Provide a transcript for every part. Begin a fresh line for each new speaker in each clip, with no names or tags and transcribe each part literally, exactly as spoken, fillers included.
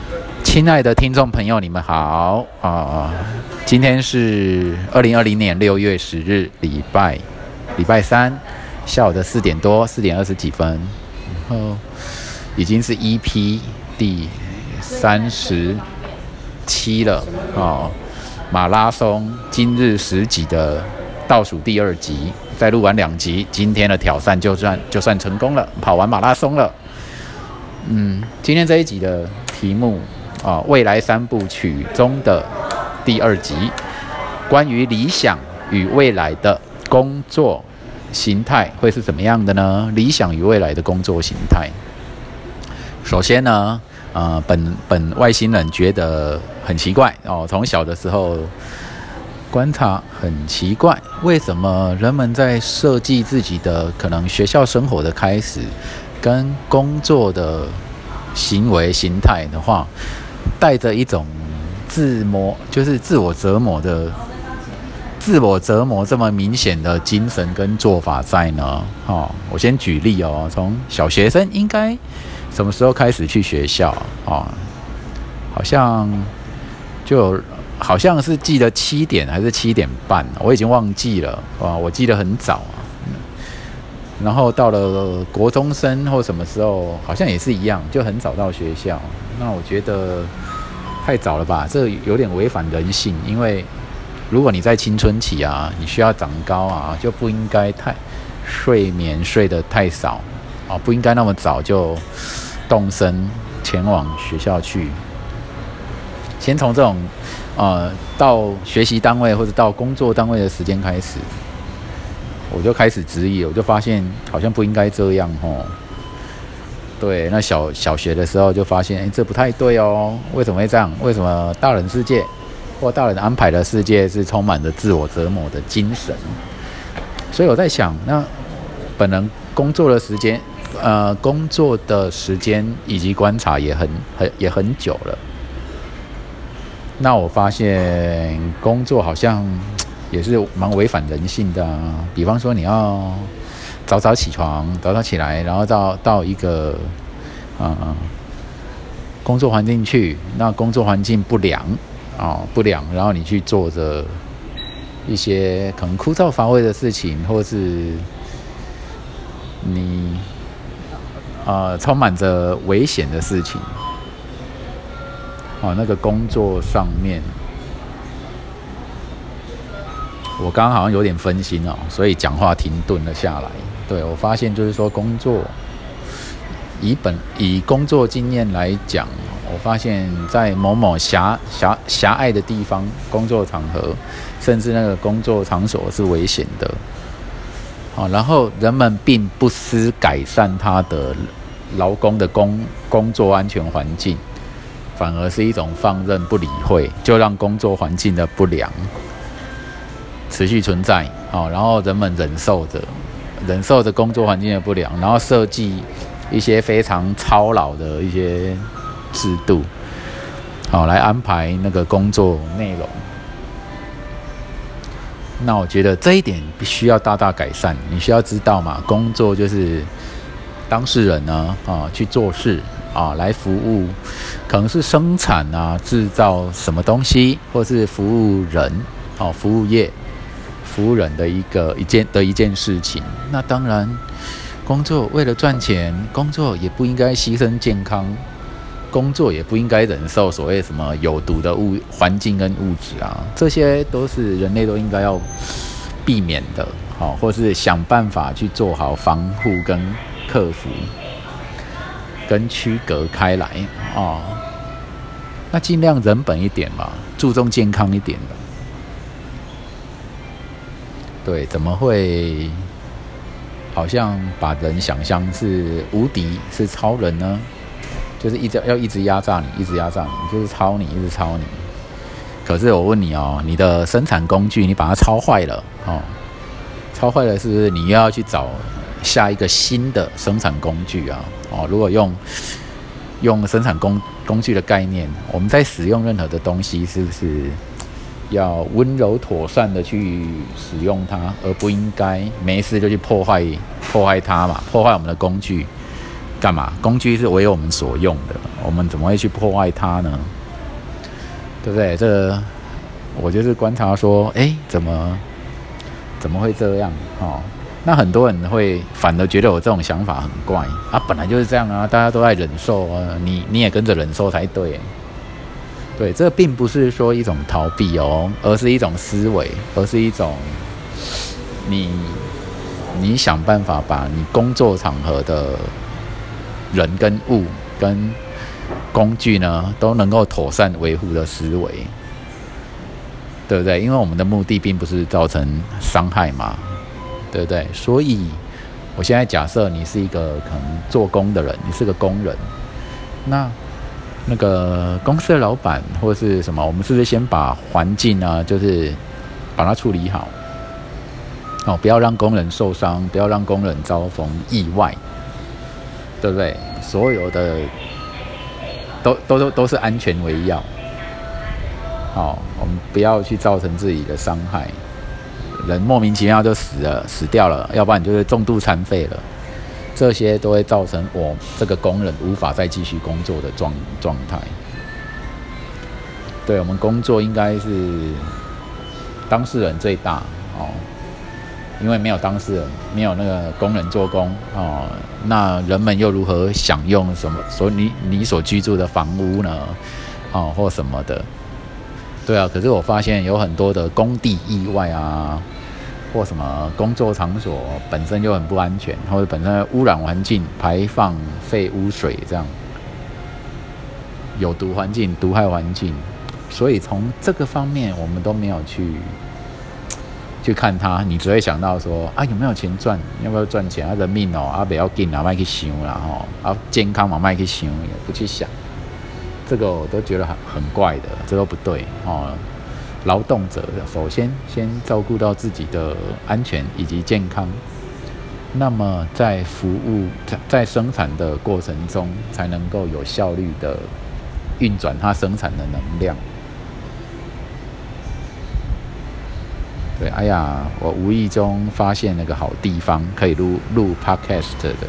亲爱的听众朋友，你们好啊、呃！今天是二零二零年六月十日，礼拜礼拜三下午的四点多，四点二十几分，然后已经是 E P 第三十七了哦。马拉松今日十集的倒数第二集，再录完两集，今天的挑战就算就算成功了，跑完马拉松了。嗯，今天这一集的题目啊，未来三部曲中的第二集，关于理想与未来的工作形态会是怎么样的呢？理想与未来的工作形态，首先呢，呃，本本外星人觉得很奇怪哦，从小的时候观察很奇怪，为什么人们在设计自己的可能学校生活的开始，跟工作的行为形态的话，带着一种自磨，就是自我折磨的自我折磨这么明显的精神跟做法在呢？哦，我先举例哦，从小学生应该什么时候开始去学校哦？好像就有好像是记得七点还是七点半，我已经忘记了啊。我记得很早啊。然后到了国中生或什么时候，好像也是一样，就很早到学校。那我觉得太早了吧，这有点违反人性。因为如果你在青春期啊，你需要长高啊，就不应该太睡眠睡得太少啊，不应该那么早就动身前往学校去。先从这种呃到学习单位或者到工作单位的时间开始。我就开始质疑，我就发现好像不应该这样哦。对，那小小学的时候就发现，哎，这不太对哦。为什么会这样？为什么大人世界或大人安排的世界是充满着自我折磨的精神？所以我在想，那本人工作的时间，呃，工作的时间以及观察也很很也很久了。那我发现工作好像也是蛮违反人性的啊。比方说，你要早早起床，早早起来，然后到到一个呃工作环境去，那工作环境不良啊、哦，不良，然后你去做着一些可能枯燥乏味的事情，或是你呃充满着危险的事情，哦，那个工作上面。我刚刚好像有点分心哦，所以讲话停顿了下来。对，我发现就是说，工作以本以工作经验来讲，我发现在某某狭狭狭隘的地方，工作场合，甚至那个工作场所是危险的。好，然后人们并不思改善他的劳工的工工作安全环境，反而是一种放任不理会，就让工作环境的不良持续存在，哦，然后人们忍受着，忍受着工作环境的不良，然后设计一些非常操劳的一些制度，好，来安排那个工作内容。那我觉得这一点必须要大大改善。你需要知道嘛，工作就是当事人呢，啊，去做事啊，来服务，可能是生产啊，制造什么东西，或是服务人，哦，服务业。服务人的一个一件的一件事情，那当然，工作为了赚钱，工作也不应该牺牲健康，工作也不应该忍受所谓什么有毒的物环境跟物质啊，这些都是人类都应该要避免的，好，或是想办法去做好防护跟克服，跟区隔开来啊。那尽量人本一点嘛，注重健康一点的。对，怎么会好像把人想象是无敌、是超人呢？就是一直要一直压榨你，一直压榨你，就是超你，一直超你。可是我问你哦，你的生产工具你把它超坏了哦，超坏了是不是你又要去找下一个新的生产工具啊？哦，如果用用生产工工具的概念，我们在使用任何的东西，是不是要温柔妥善的去使用它，而不应该没事就去破坏破坏它嘛，破坏我们的工具干嘛？工具是为我们所用的我们怎么会去破坏它呢？对不对？这个我就是观察说，哎，怎么怎么会这样？哦，那很多人会反而觉得我这种想法很怪啊，本来就是这样啊，大家都在忍受啊，你你也跟着忍受才对。对，这并不是说一种逃避哦，而是一种思维，而是一种你你想办法把你工作场合的人跟物跟工具呢都能够妥善维护的思维，对不对？因为我们的目的并不是造成伤害嘛，对不对？所以我现在假设你是一个可能做工的人，你是个工人，那那个公司的老板或是什么，我们是不是先把环境啊，就是把它处理好，哦，不要让工人受伤，不要让工人遭逢意外，对不对？所有的都都都都是安全为要，好，我们不要去造成自己的伤害，人莫名其妙就死了，死掉了，要不然就是重度残废了。这些都会造成我这个工人无法再继续工作的状状态。对，我们工作应该是当事人最大哦，因为没有当事人，没有那个工人做工哦，那人们又如何享用什么？所以你你所居住的房屋呢？哦，或什么的？对啊，可是我发现有很多的工地意外啊。或什么工作场所本身就很不安全，或者本身污染环境、排放废污水这样，有毒环境、毒害环境，所以从这个方面我们都没有去去看它，你只会想到说啊有没有钱赚，要不要赚钱啊，人命哦啊不要紧啊，别去想啦吼，啊健康嘛别去想，也不去想，这个我都觉得很很怪的，这都不对哦。劳动者首先先照顾到自己的安全以及健康，那么在服务在生产的过程中才能够有效率的运转它生产的能量。对，哎呀，我无意中发现那个好地方可以录录 podcast 的，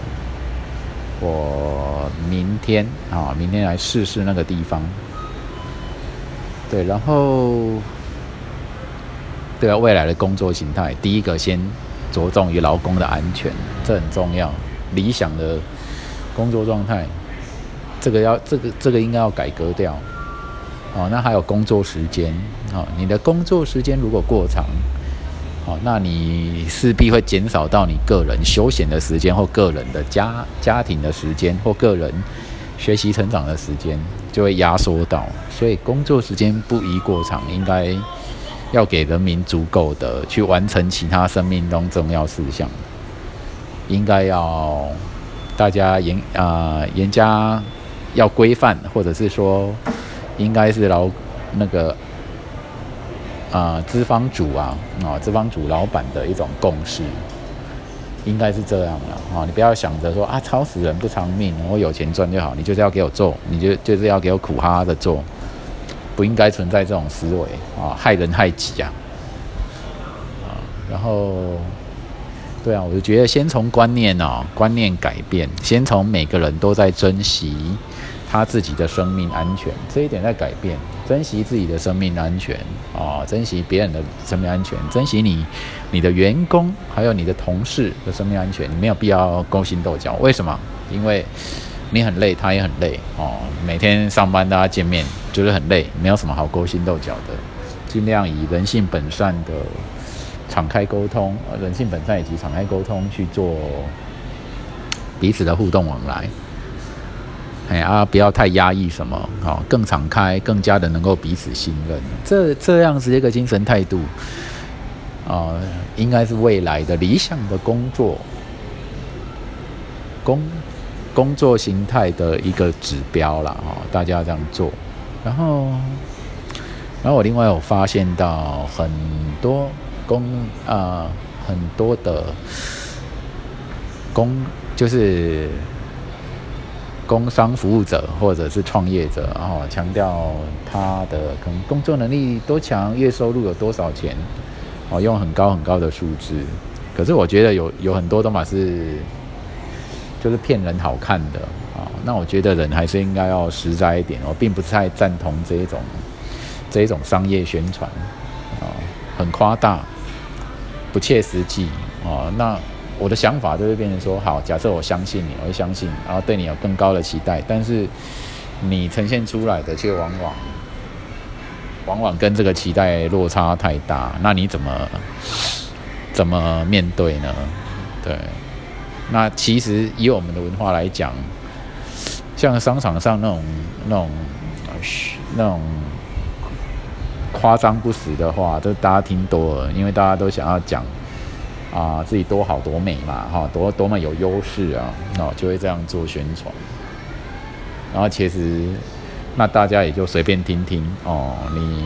我明天啊，明天来试试那个地方。对，然后。对啊，未来的工作形态，第一个先着重于劳工的安全，这很重要。理想的工作状态，这个要这个这个应该要改革掉。哦，那还有工作时间，哦，你的工作时间如果过长，哦，那你势必会减少到你个人休闲的时间，或个人的家家庭的时间，或个人学习成长的时间，就会压缩到。所以工作时间不宜过长，应该。要给人民足够的去完成其他生命中重要事项，应该要大家严啊、呃、严加要规范，或者是说应该是劳那个啊、呃、资方主啊啊资方主老板的一种共识，应该是这样了啊！你不要想着说啊吵死人不偿命，我有钱赚就好，你就是要给我做，你就就是要给我苦哈哈的做。不应该存在这种思维啊，害人害己啊！啊，然后，对啊，我就觉得先从观念哦，观念改变，先从每个人都在珍惜他自己的生命安全这一点在改变，珍惜自己的生命安全啊，珍惜别人的生命安全，珍惜你你的员工还有你的同事的生命安全，你没有必要勾心斗角。为什么？因为你很累，他也很累哦。每天上班大家见面就是很累，没有什么好勾心斗角的。尽量以人性本善的敞开沟通，人性本善以及敞开沟通去做彼此的互动往来。哎啊，不要太压抑什么，哦，更敞开，更加的能够彼此信任。这这样子一个精神态度，啊、呃，应该是未来的理想的工作工。工作形态的一个指标啦，哈，大家这样做。然后，然后我另外有发现到很多工啊、呃，很多的工就是工商服务者或者是创业者，然后强调他的可能工作能力多强，月收入有多少钱，哦，用很高很高的数字。可是我觉得有有很多都嘛是。就是骗人好看的好，那我觉得人还是应该要实在一点，我并不太赞同这一种这一种商业宣传啊，很夸大，不切实际啊。那我的想法就会变成说，好，假设我相信你，我会相信，然后对你有更高的期待，但是你呈现出来的却往往往往跟这个期待落差太大，那你怎么怎么面对呢？对，那其实以我们的文化来讲，像商场上那种那种那种夸张不实的话，这大家听多了，因为大家都想要讲啊自己多好多美嘛，哈，多多么有优势啊，那就会这样做宣传。然后其实那大家也就随便听听哦，你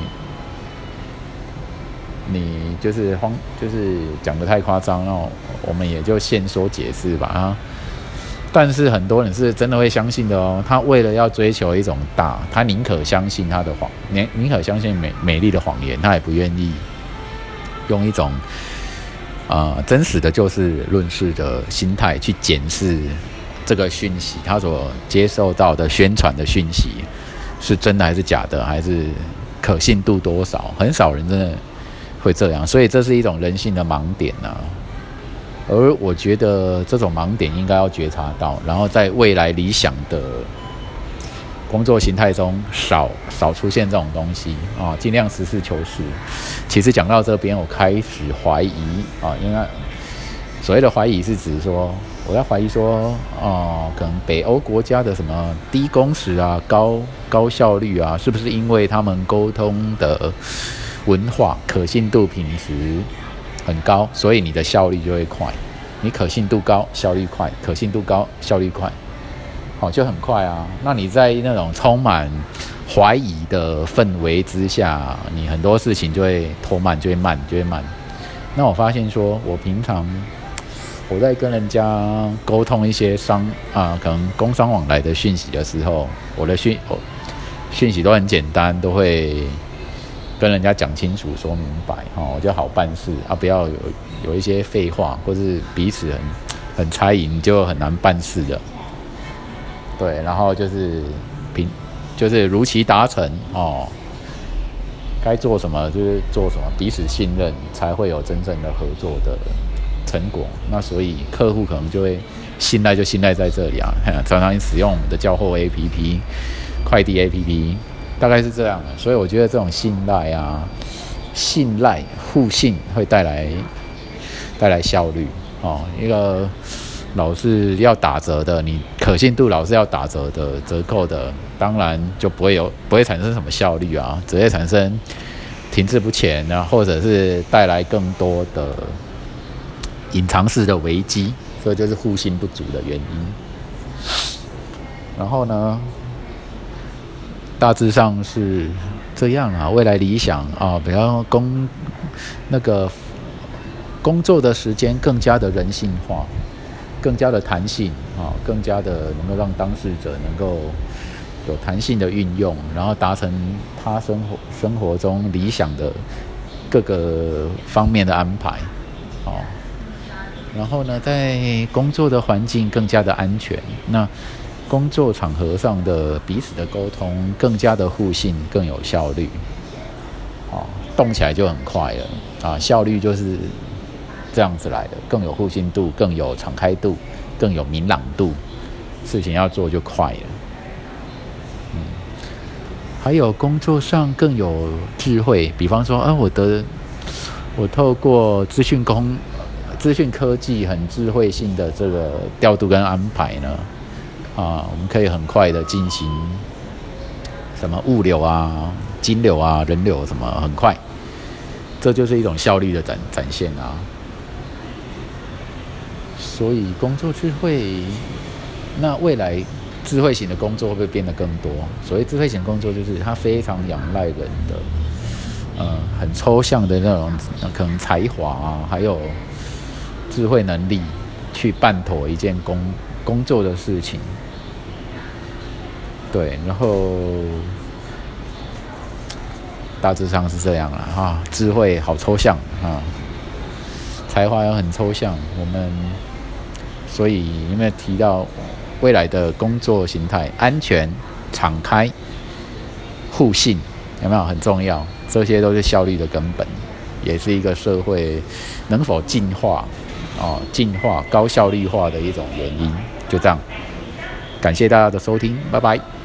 你就是慌，就是讲得太夸张，然后我们也就限缩解释吧啊。但是很多人是真的会相信的哦，他为了要追求一种大，他宁可相信他的谎，宁宁可相信美美丽的谎言，他也不愿意用一种呃真实的就事论事的心态去检视这个讯息，他所接受到的宣传的讯息是真的还是假的，还是可信度多少？很少人真的会这样，所以这是一种人性的盲点啊。而我觉得这种盲点应该要觉察到，然后在未来理想的工作形态中少少出现这种东西啊，尽量实事求是。其实讲到这边，我开始怀疑啊，因为所谓的怀疑是指说，我要怀疑说，哦、呃，可能北欧国家的什么低工时啊、高高效率啊，是不是因为他们沟通的文化可信度品质很高，所以你的效率就会快。你可信度高，效率快；可信度高，效率快，好、哦、就很快啊。那你在那种充满怀疑的氛围之下，你很多事情就会拖慢，就会慢，就会慢。那我发现说，我平常我在跟人家沟通一些商啊，可能工商往来的讯息的时候，我的讯我讯息都很简单，都会跟人家讲清楚、说明白，哦，我就好办事啊，不要有有一些废话，或是彼此很很猜疑，就很难办事的。对，然后就是平就是如期达成哦，该做什么就是做什么，彼此信任，才会有真正的合作的成果。那所以客户可能就会信赖，就信赖在这里啊，常常使用我们的交货 A P P、快递 A P P。大概是这样的，所以我觉得这种信赖啊、信赖、互信会带来带来效率哦。一个老是要打折的，你可信度老是要打折的、折扣的，当然就不会有不会产生什么效率啊，只会产生停滞不前啊，或者是带来更多的隐藏式的危机，所以就是互信不足的原因。然后呢？大致上是这样啊，未来理想啊，比方工那个工作的时间更加的人性化，更加的弹性啊，更加的能够让当事者能够有弹性的运用，然后达成他生活生活中理想的各个方面的安排，哦。然后呢，在工作的环境更加的安全，那工作场合上的彼此的沟通更加的互信，更有效率，哦，动起来就很快了啊，效率就是这样子来的，更有互信度，更有敞开度，更有明朗度，事情要做就快了。嗯，还有工作上更有智慧，比方说，啊，我的我透过资讯工资讯科技很智慧性的这个调度跟安排呢。啊，我们可以很快的进行什么物流啊、金流啊、人流什么，很快，这就是一种效率的展展现啊。所以工作智慧，那未来智慧型的工作会不会变得更多？所谓智慧型工作，就是它非常仰赖人的，呃，很抽象的那种可能才华啊，还有智慧能力，去办妥一件工工作的事情。对，然后大致上是这样啦，哈，智慧好抽象啊，才华又很抽象。我们所以有没有提到未来的工作形态，安全、敞开、互信，有没有很重要？这些都是效率的根本，也是一个社会能否进化、哦，进化高效率化的一种原因。就这样，感谢大家的收听，拜拜。